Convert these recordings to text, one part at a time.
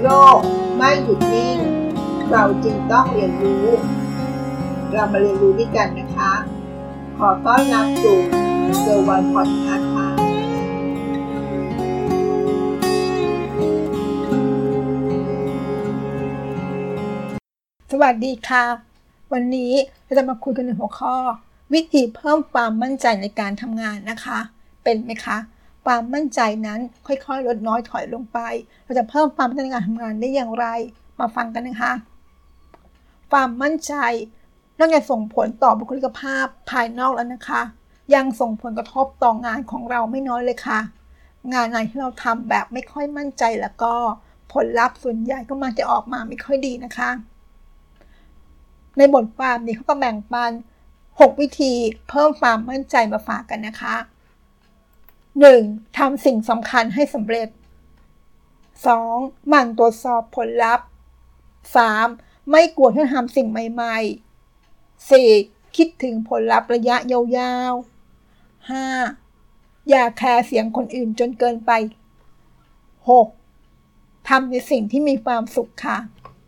กไม่หยุดนิ่งเราจึงต้องเรียนรู้เรามาเรียนรู้ด้วยกันนะคะขอต้อนรับสู่เซอร์วันพอดคาสต์ค่ะสวัสดีค่ะวันนี้เราจะมาคุยกันในหัวข้อวิธีเพิ่มความมั่นใจในการทำงานนะคะเป็นไหมคะความมั่นใจนั้นค่อยๆลดน้อยถอยลงไปเราจะเพิ่มความมั่นใจในการทำงานได้อย่างไรมาฟังกันนะคะความมั่นใจนอกจากส่งผลต่อบุคลิกภาพภายนอกแล้วนะคะยังส่งผลกระทบต่องานของเราไม่น้อยเลยค่ะงานไหนที่เราทำแบบไม่ค่อยมั่นใจแล้วก็ผลลัพธ์ส่วนใหญ่ก็มักจะออกมาไม่ค่อยดีนะคะในบทความนี้เขาก็แบ่งปัน6วิธีเพิ่มความมั่นใจมาฝากกันนะคะ 1. ทำสิ่งสำคัญให้สำเร็จ 2. หมั่นตรวจสอบผลลัพธ์ 3. ไม่กลัวที่จะทำสิ่งใหม่ๆ 4. คิดถึงผลลัพธ์ระยะยาวๆ 5. อย่าแคร์เสียงคนอื่นจนเกินไป 6. ทำในสิ่งที่มีความสุขค่ะ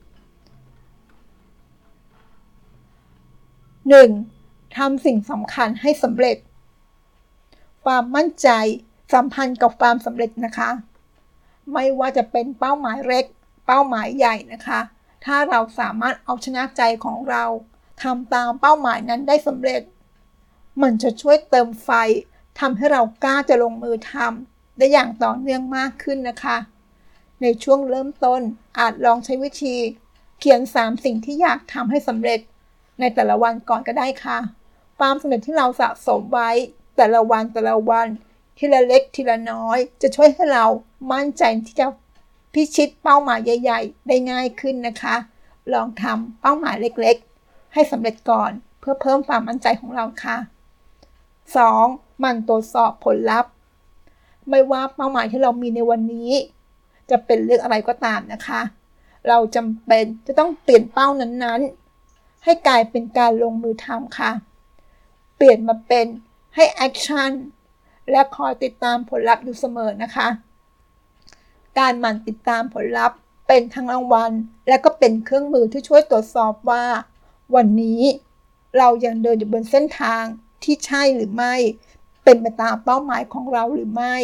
1. ทำสิ่งสำคัญให้สำเร็จความมั่นใจสัมพันธ์กับความสำเร็จนะคะไม่ว่าจะเป็นเป้าหมายเล็กเป้าหมายใหญ่นะคะถ้าเราสามารถเอาชนะใจของเราทำตามเป้าหมายนั้นได้สำเร็จมันจะช่วยเติมไฟทำให้เรากล้าจะลงมือทำได้อย่างต่อเนื่องมากขึ้นนะคะในช่วงเริ่มต้นอาจลองใช้วิธีเขียน3สิ่งที่อยากทำให้สำเร็จในแต่ละวันก่อนก็ได้ค่ะความสำเร็จที่เราสะสมไว้แต่ละวันทีละเล็กทีละน้อยจะช่วยให้เรามั่นใจที่จะพิชิตเป้าหมายใหญ่ๆได้ง่ายขึ้นนะคะลองทำเป้าหมายเล็กๆให้สำเร็จก่อนเพื่อเพิ่มความมั่นใจของเราค่ะ 2. หมั่นตรวจสอบผลลัพธ์ไม่ว่าเป้าหมายที่เรามีในวันนี้จะเป็นเรื่องอะไรก็ตามนะคะเราจำเป็นจะต้องเปลี่ยนเป้านั้นๆให้กลายเป็นการลงมือทำค่ะเปลี่ยนมาเป็นให้แอคชั่นและคอยติดตามผลลัพธ์อยู่เสมอนะคะการหมั่นติดตามผลลัพธ์เป็นทั้งรางวัลและก็เป็นเครื่องมือที่ช่วยตรวจสอบว่าวันนี้เรายังเดินอยู่บนเส้นทางที่ใช่หรือไม่เป็นไปตามเป้าหมายของเราหรือไม่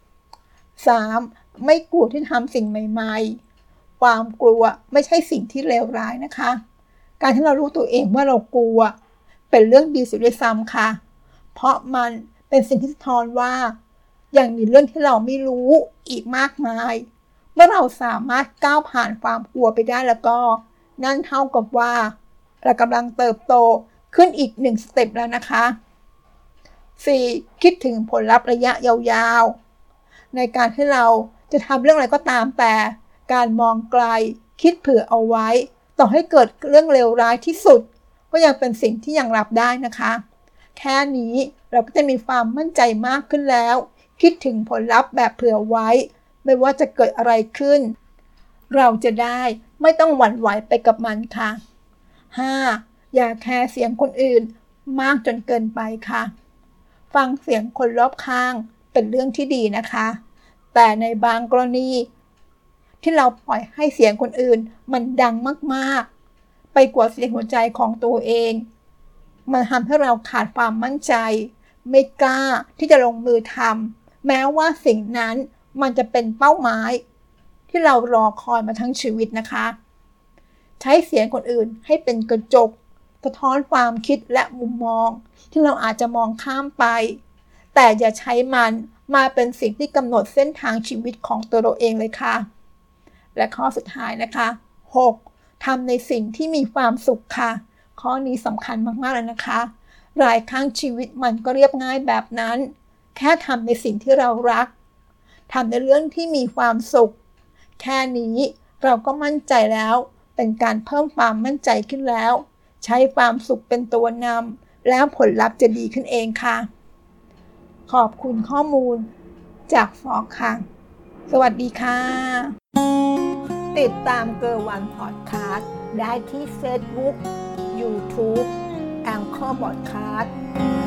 3. ไม่กลัวที่ทำสิ่งใหม่ๆความกลัวไม่ใช่สิ่งที่เลวร้ายนะคะการที่เรารู้ตัวเองว่าเรากลัวเป็นเรื่องดีเสียด้วยซ้ำค่ะเพราะมันเป็นสิ่งที่สะท้อนว่ายังมีเรื่องที่เราไม่รู้อีกมากมายเมื่อเราสามารถก้าวผ่านความกลัวไปได้แล้วก็นั่นเท่ากับว่าเรากำลังเติบโตขึ้นอีก1สเต็ปแล้วนะคะ 4. คิดถึงผลลัพธ์ระยะยาวๆในการที่เราจะทำเรื่องอะไรก็ตามแต่การมองไกลคิดเผื่อเอาไว้ต่อให้เกิดเรื่องเลวร้ายที่สุดก็ยังเป็นสิ่งที่ยังรับได้นะคะแค่นี้เราก็จะมีความมั่นใจมากขึ้นแล้วคิดถึงผลลัพธ์แบบเผื่อไว้ไม่ว่าจะเกิดอะไรขึ้นเราจะได้ไม่ต้องหวั่นไหวไปกับมันค่ะ 5. อย่าแคร์เสียงคนอื่นมากจนเกินไปค่ะฟังเสียงคนรอบข้างเป็นเรื่องที่ดีนะคะแต่ในบางกรณีที่เราปล่อยให้เสียงคนอื่นมันดังมากๆไปกว่าเสียงหัวใจของตัวเองมันทำให้เราขาดความมั่นใจไม่กล้าที่จะลงมือทำแม้ว่าสิ่งนั้นมันจะเป็นเป้าหมายที่เรารอคอยมาทั้งชีวิตนะคะใช้เสียงคนอื่นให้เป็นกระจกสะท้อนความคิดและมุมมองที่เราอาจจะมองข้ามไปแต่อย่าใช้มันมาเป็นสิ่งที่กำหนดเส้นทางชีวิตของตัวเราเองเลยค่ะและข้อสุดท้ายนะคะ 6. ทำในสิ่งที่มีความสุขค่ะข้อนี้สำคัญมากๆเลยนะคะหลายครั้งชีวิตมันก็เรียบง่ายแบบนั้นแค่ทำในสิ่งที่เรารักทำในเรื่องที่มีความสุขแค่นี้เราก็มั่นใจแล้วเป็นการเพิ่มความมั่นใจขึ้นแล้วใช้ความสุขเป็นตัวนำแล้วผลลัพธ์จะดีขึ้นเองค่ะขอบคุณข้อมูลจากฟอกค่ะสวัสดีค่ะติดตามเกอร์วันพอดคาสต์ได้ที่ Facebook YouTube Anchor Podcast